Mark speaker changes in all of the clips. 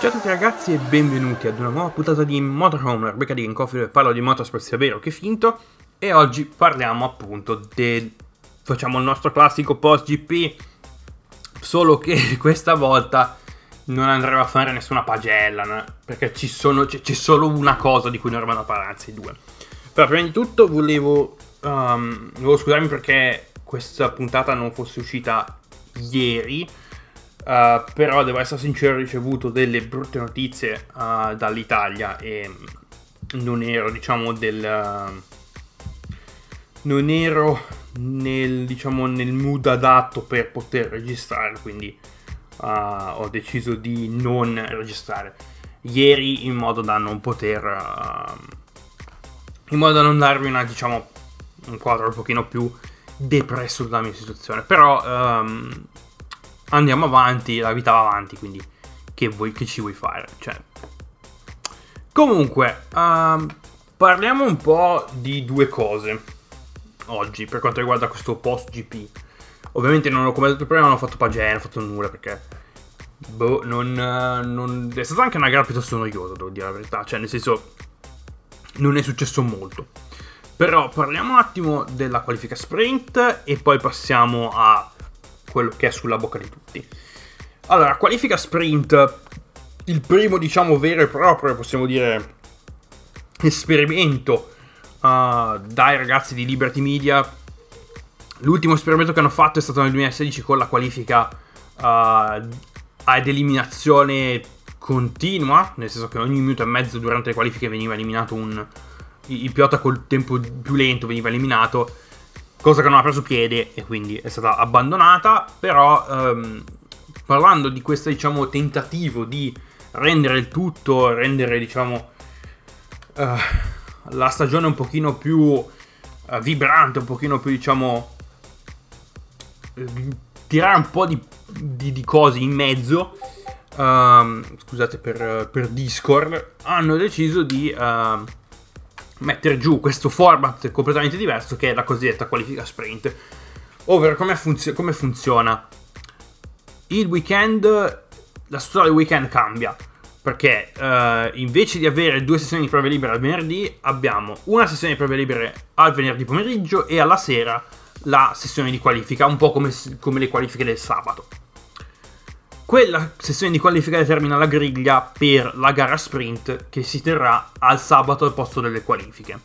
Speaker 1: Ciao a tutti ragazzi e benvenuti ad una nuova puntata di Motorhome, la rubrica di Game Coffee dove parlo di motorsport sia vero che finto. E oggi parliamo appunto facciamo il nostro classico post GP, solo che questa volta non andremo a fare nessuna pagella, perché c'è solo una cosa di cui non andremo a parlare, anzi due. Però prima di tutto volevo scusarmi perché questa puntata non fosse uscita ieri. Però devo essere sincero, ho ricevuto delle brutte notizie dall'Italia e non ero nel mood adatto per poter registrare, quindi ho deciso di non registrare ieri in modo da non darvi un quadro un pochino più depresso della mia situazione. Però andiamo avanti, la vita va avanti, quindi che ci vuoi fare? Comunque, parliamo un po' di due cose oggi per quanto riguarda questo post GP. Ovviamente come ho detto prima, non ho fatto pagine, non ho fatto nulla perché non è stata anche una gara piuttosto noiosa, devo dire la verità, nel senso non è successo molto. Però parliamo un attimo della qualifica sprint e poi passiamo a quello che è sulla bocca di tutti. Allora, qualifica sprint, il primo vero e proprio, possiamo dire, esperimento dai ragazzi di Liberty Media. L'ultimo esperimento che hanno fatto è stato nel 2016 con la qualifica ad eliminazione continua, nel senso che ogni minuto e mezzo durante le qualifiche veniva eliminato il pilota col tempo più lento veniva eliminato, cosa che non ha preso piede e quindi è stata abbandonata. Però parlando di questo tentativo di rendere il tutto, la stagione un pochino più vibrante, un pochino più tirare un po' di cose in mezzo, scusate per Discord, hanno deciso di mettere giù questo format completamente diverso che è la cosiddetta qualifica sprint. Ovvero come funziona il weekend. La struttura del weekend cambia perché invece di avere due sessioni di prove libere al venerdì, abbiamo una sessione di prove libere al venerdì pomeriggio e alla sera la sessione di qualifica, un po' come le qualifiche del sabato. Quella sessione di qualifica determina la griglia per la gara sprint che si terrà al sabato al posto delle qualifiche.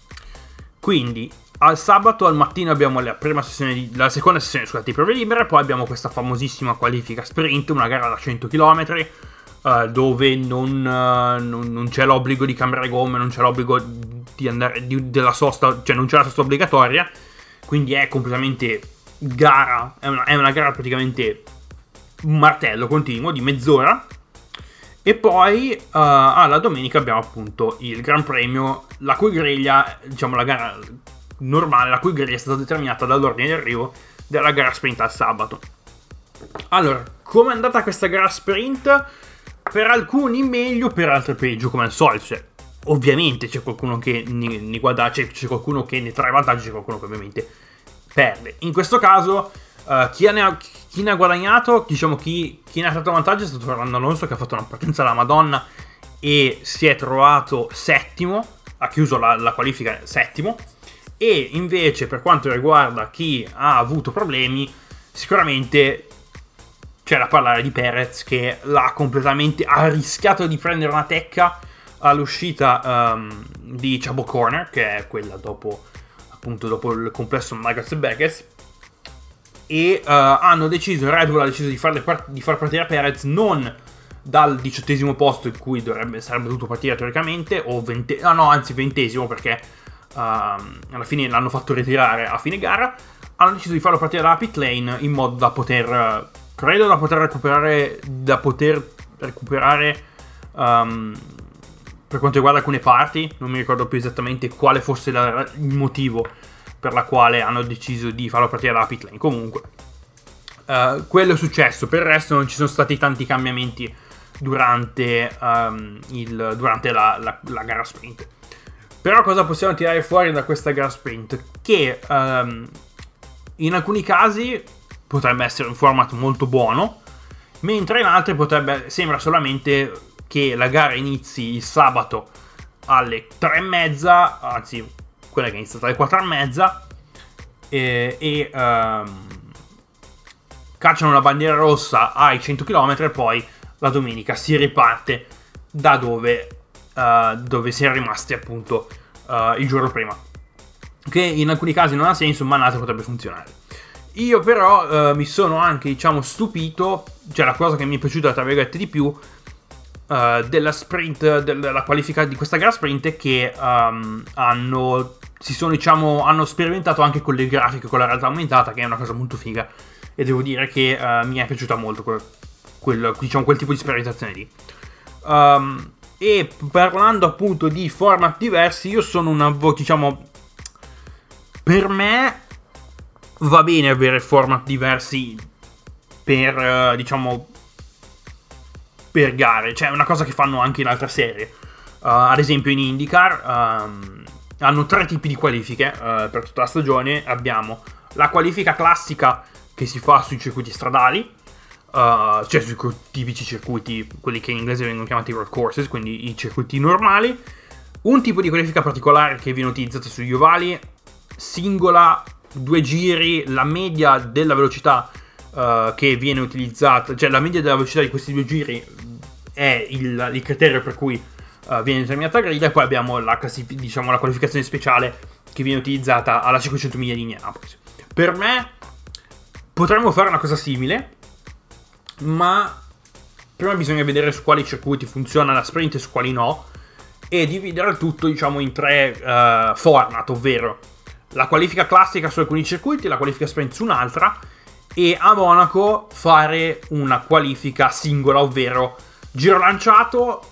Speaker 1: Quindi al sabato al mattino abbiamo la seconda sessione di prove libere, poi abbiamo questa famosissima qualifica sprint, una gara da 100 km dove non c'è l'obbligo di cambiare gomme, non c'è l'obbligo di andare della sosta, non c'è la sosta obbligatoria, quindi è completamente gara, è una gara praticamente un martello continuo di mezz'ora. E poi alla domenica abbiamo appunto il Gran Premio, la cui griglia, la gara normale, la cui griglia è stata determinata dall'ordine di arrivo della gara sprint al sabato. Allora, come è andata questa gara sprint? Per alcuni meglio, per altri peggio, come al solito. Ovviamente c'è qualcuno che ne guadagna, c'è qualcuno che ne trae vantaggio, c'è qualcuno che ovviamente perde. In questo caso chi ne ha guadagnato, chi ne ha tratto vantaggio è stato Fernando Alonso, che ha fatto una partenza alla Madonna e si è trovato settimo, ha chiuso la qualifica settimo. E invece per quanto riguarda chi ha avuto problemi, sicuramente c'è da parlare di Perez, che ha rischiato di prendere una tecca all'uscita di Chabo Corner, che è quella dopo il complesso Marquez e Beckes. E Red Bull ha deciso di far partire Perez non dal 18° posto in cui sarebbe dovuto partire teoricamente, o 20°, perché alla fine l'hanno fatto ritirare a fine gara. Hanno deciso di farlo partire dalla pit lane in modo da poter recuperare per quanto riguarda alcune parti. Non mi ricordo più esattamente quale fosse il motivo per la quale hanno deciso di farlo partire dalla pit lane. Comunque quello è successo. Per il resto non ci sono stati tanti cambiamenti durante la gara sprint. Però cosa possiamo tirare fuori da questa gara sprint? Che in alcuni casi potrebbe essere un format molto buono, mentre in altri sembra solamente che la gara inizi il sabato alle 3:30, anzi quella che è iniziata alle 4:30, e cacciano la bandiera rossa ai 100 km e poi la domenica si riparte da dove si è rimasti appunto il giorno prima, che in alcuni casi non ha senso, ma in altri potrebbe funzionare. Io però mi sono anche, diciamo, stupito, cioè la cosa che mi è piaciuta tra virgolette di più della sprint, della qualifica di questa gara sprint, è che hanno sperimentato anche con le grafiche, con la realtà aumentata, che è una cosa molto figa, e devo dire che mi è piaciuta molto quel tipo di sperimentazione lì. E parlando appunto di format diversi, io sono diciamo, per me va bene avere format diversi per diciamo per gare, cioè è una cosa che fanno anche in altre serie. Ad esempio in IndyCar hanno 3 tipi di qualifiche per tutta la stagione. Abbiamo la qualifica classica che si fa sui circuiti stradali, cioè sui tipici circuiti, quelli che in inglese vengono chiamati road courses, quindi i circuiti normali. Un tipo di qualifica particolare che viene utilizzata sugli ovali, singola, 2 giri, la media della velocità che viene utilizzata, cioè la media della velocità di questi 2 giri è il criterio per cui viene determinata la griglia. E poi abbiamo la qualificazione speciale che viene utilizzata alla 500 miglia di Indianapolis. Per me potremmo fare una cosa simile, ma prima bisogna vedere su quali circuiti funziona la sprint e su quali no, e dividere il tutto, diciamo, in 3 format, ovvero la qualifica classica su alcuni circuiti, la qualifica sprint su un'altra, e a Monaco fare una qualifica singola, ovvero giro lanciato,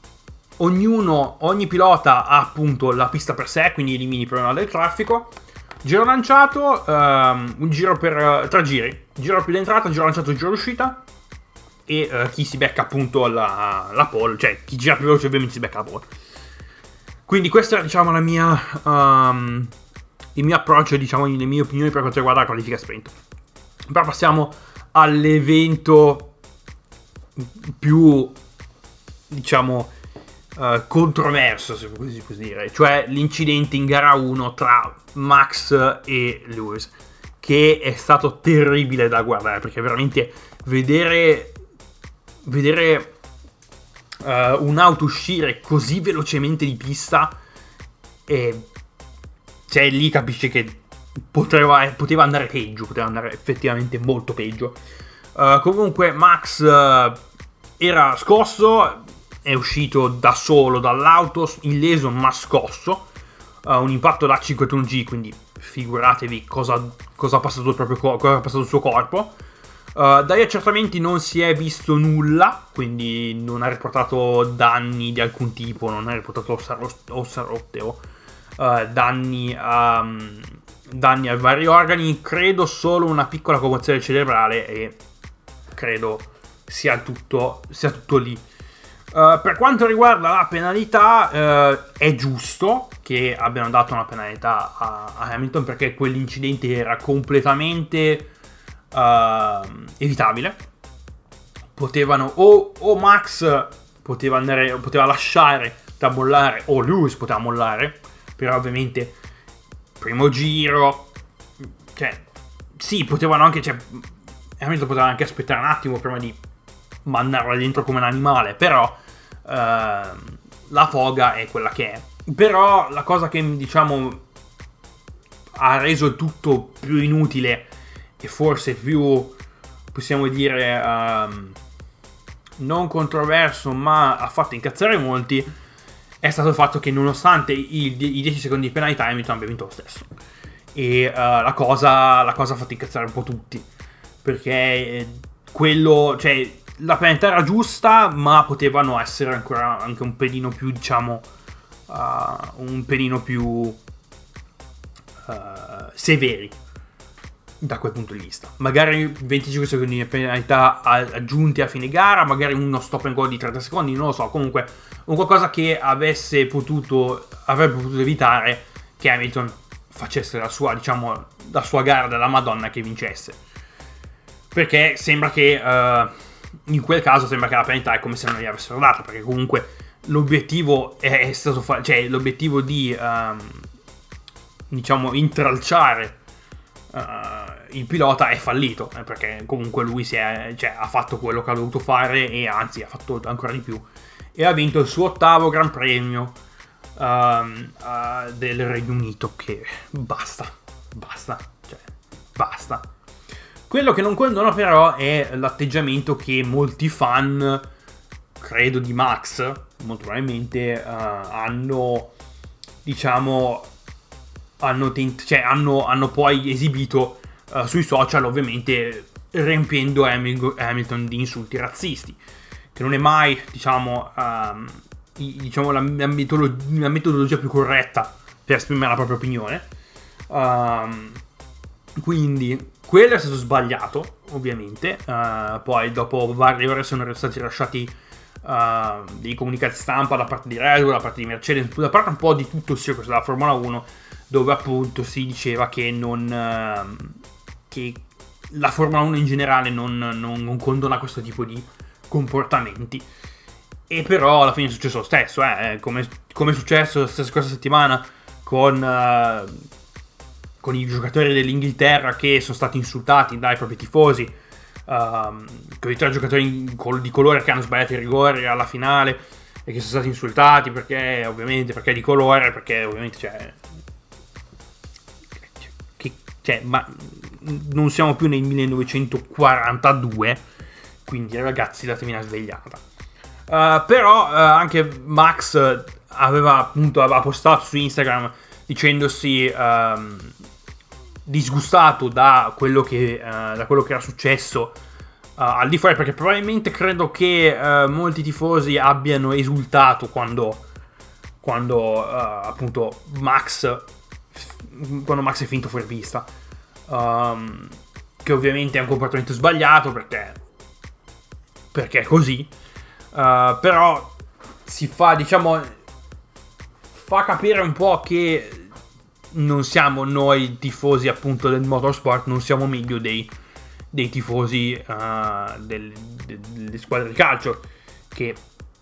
Speaker 1: ogni pilota ha appunto la pista per sé, quindi elimini il problema del traffico. Giro lanciato, un giro per 3 giri, giro più d'entrata, giro lanciato, giro d'uscita, e chi si becca appunto la pole, cioè chi gira più veloce ovviamente si becca la pole. Quindi questa è, diciamo, la mia il mio approccio, diciamo, le mie opinioni per quanto riguarda la qualifica sprint. Però passiamo all'evento più, diciamo, controverso, se così si può dire, cioè l'incidente in gara 1 tra Max e Lewis, che è stato terribile da guardare, perché veramente vedere un'auto uscire così velocemente di pista, e cioè lì capisci che poteva andare peggio, poteva andare effettivamente molto peggio. Comunque Max era scosso, è uscito da solo dall'auto, illeso ma scosso, un impatto da 51G, quindi figuratevi cosa ha passato il proprio cosa ha passato il suo corpo. Dagli accertamenti non si è visto nulla, quindi non ha riportato danni di alcun tipo, non ha riportato ossa rotte o danni ai vari organi. Credo solo una piccola commozione cerebrale, e credo sia tutto lì. Per quanto riguarda la penalità, è giusto che abbiano dato una penalità a Hamilton, perché quell'incidente era completamente evitabile. Potevano o Max poteva lasciare da mollare, o Lewis poteva mollare, però ovviamente primo giro, cioè sì, potevano anche, cioè Hamilton poteva anche aspettare un attimo prima di mandarla dentro come un animale, però la foga è quella che è. Però la cosa che, diciamo, ha reso il tutto più inutile e forse più, possiamo dire, non controverso, ma ha fatto incazzare molti, è stato il fatto che nonostante i 10 secondi di penalità Hamilton abbia vinto lo stesso. E la cosa ha fatto incazzare un po' tutti, perché quello, cioè la penalità era giusta, ma potevano essere ancora anche un pelino più, diciamo, un pelino più severi da quel punto di vista. Magari 25 secondi di penalità aggiunti a fine gara, magari uno stop and go di 30 secondi, non lo so. Comunque un qualcosa che avrebbe potuto evitare che Hamilton facesse la sua gara della Madonna, che vincesse, perché sembra che in quel caso sembra che la penalità è come se non gli avessero data, perché comunque l'obiettivo è stato cioè l'obiettivo di diciamo intralciare il pilota è fallito, perché comunque lui ha fatto quello che ha dovuto fare, e anzi ha fatto ancora di più, e ha vinto il suo 8º Gran Premio del Regno Unito, che basta. Quello che non condono però è l'atteggiamento che molti fan, credo di Max, molto probabilmente hanno poi esibito sui social, ovviamente riempiendo Hamilton di insulti razzisti, che non è mai la metodologia più corretta per esprimere la propria opinione. Quindi quello è stato sbagliato, ovviamente. Poi dopo varie ore sono stati rilasciati dei comunicati stampa da parte di Red Bull, da parte di Mercedes, da parte un po' di tutto il circo della Formula 1, dove appunto si diceva che che la Formula 1 in generale non condona questo tipo di comportamenti. E però alla fine è successo lo stesso, come è successo la stessa settimana con i giocatori dell'Inghilterra che sono stati insultati dai propri tifosi, con i 3 giocatori di colore che hanno sbagliato i rigori alla finale e che sono stati insultati perché è di colore, perché ovviamente ma non siamo più nel 1942, quindi ragazzi datevi una svegliata. Però anche Max aveva postato su Instagram dicendosi disgustato da quello che era successo al di fuori, perché probabilmente credo che molti tifosi abbiano esultato quando appunto Max è finito fuori pista, che ovviamente è un comportamento sbagliato perché è così, però si fa capire un po' che non siamo noi tifosi appunto del motorsport, non siamo meglio dei tifosi delle squadre di calcio, che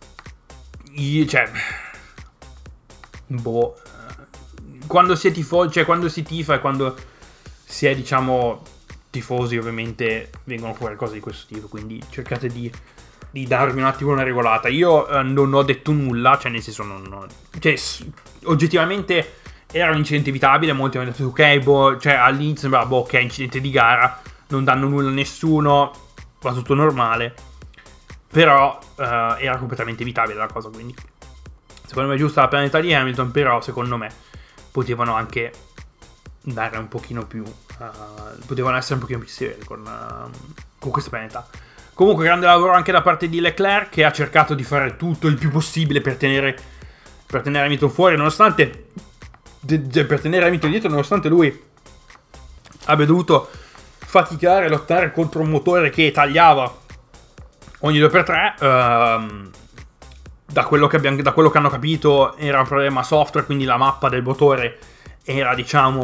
Speaker 1: quando si è tifosi, quando si tifa e quando si è tifosi, ovviamente vengono fuori cose di questo tipo, quindi cercate di darmi un attimo una regolata. Io non ho detto nulla, nel senso oggettivamente era un incidente evitabile. Molti hanno detto ok, all'inizio sembrava ok, incidente di gara, non danno nulla a nessuno, va tutto normale, però era completamente evitabile la cosa, quindi secondo me è giusta la penalità di Hamilton, però secondo me potevano anche dare un pochino più potevano essere un pochino più severi con questa penalità. Comunque grande lavoro anche da parte di Leclerc, che ha cercato di fare tutto il più possibile per tenere Hamilton fuori, nonostante per tenere Hamilton dietro, nonostante lui abbia dovuto faticare e lottare contro un motore che tagliava ogni 2x3. Da quello che hanno capito era un problema software, quindi la mappa del motore era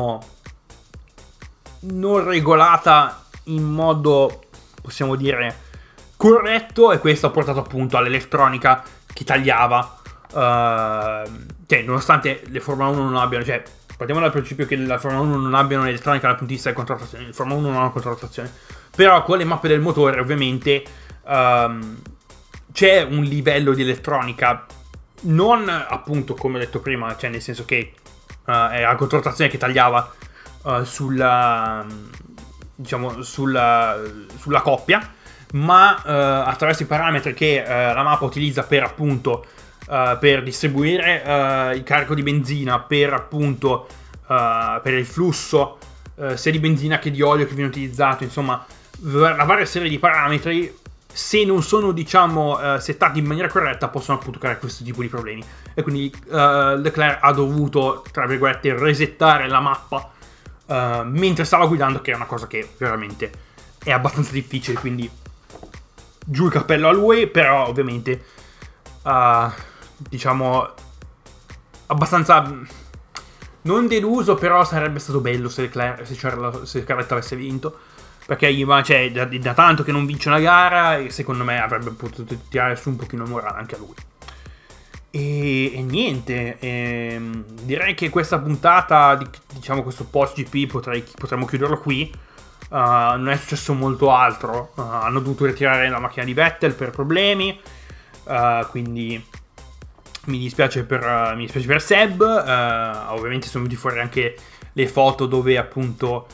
Speaker 1: non regolata in modo, possiamo dire, corretto, e questo ha portato appunto all'elettronica che tagliava, nonostante le Formula 1 non abbiano, partiamo dal principio che la Formula 1 non abbiano l'elettronica dal punto di vista del controllo, il Formula 1 non ha una controllo, però con le mappe del motore ovviamente c'è un livello di elettronica, non appunto come ho detto prima, nel senso che è la controllo che tagliava sulla coppia, ma attraverso i parametri che la mappa utilizza per appunto per distribuire il carico di benzina, per appunto per il flusso sia di benzina che di olio che viene utilizzato, insomma una varia serie di parametri, se non sono settati in maniera corretta, possono appunto creare questo tipo di problemi. E quindi Leclerc ha dovuto, tra virgolette, resettare la mappa mentre stava guidando, che è una cosa che veramente è abbastanza difficile, quindi giù il cappello a lui. Però ovviamente abbastanza non deluso, però sarebbe stato bello se Carletto avesse vinto, perché cioè, da tanto che non vince una gara, e secondo me avrebbe potuto tirare su un pochino il morale anche a lui. E niente, direi che questa puntata, diciamo questo post GP, potremmo chiuderlo qui. Non è successo molto altro. Hanno dovuto ritirare la macchina di Vettel per problemi, quindi mi dispiace per Seb. Ovviamente sono venuti fuori anche le foto dove appunto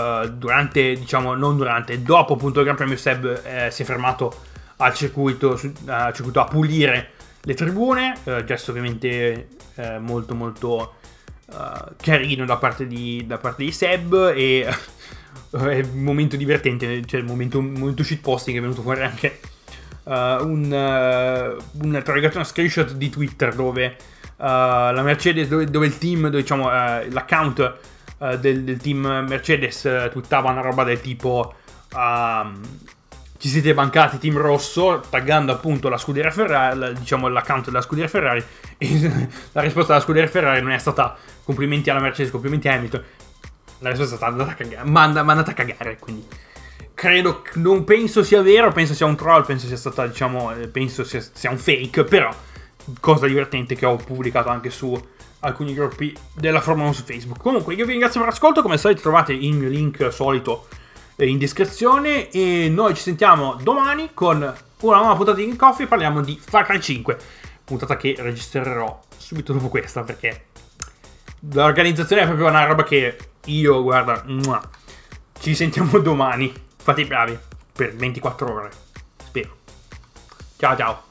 Speaker 1: dopo appunto il Gran Premio Seb si è fermato al circuito a pulire le tribune, gesto ovviamente molto molto carino da parte di Seb, e è un momento divertente, cioè il momento shitposting è venuto fuori anche una screenshot di Twitter dove la Mercedes, dove il team, diciamo l'account del team Mercedes twittava una roba del tipo ci siete bancati team rosso, taggando appunto la scuderia Ferrari, diciamo l'account della scuderia Ferrari, e la risposta della scuderia Ferrari non è stata complimenti alla Mercedes, complimenti a Hamilton. La risposta è stata andata a cagare, mandata a cagare, quindi non penso sia vero, penso sia un troll, penso sia stata, diciamo, penso sia un fake, però cosa divertente che ho pubblicato anche su alcuni gruppi della Formula 1 su Facebook. Comunque io vi ringrazio per l'ascolto, come al solito trovate il mio link solito in descrizione, e noi ci sentiamo domani con una nuova puntata di Coffee. Parliamo di Far Cry 5, puntata che registrerò subito dopo questa, perché l'organizzazione è proprio una roba che io, guarda, ci sentiamo domani, fate i bravi per 24 ore, spero. Ciao ciao.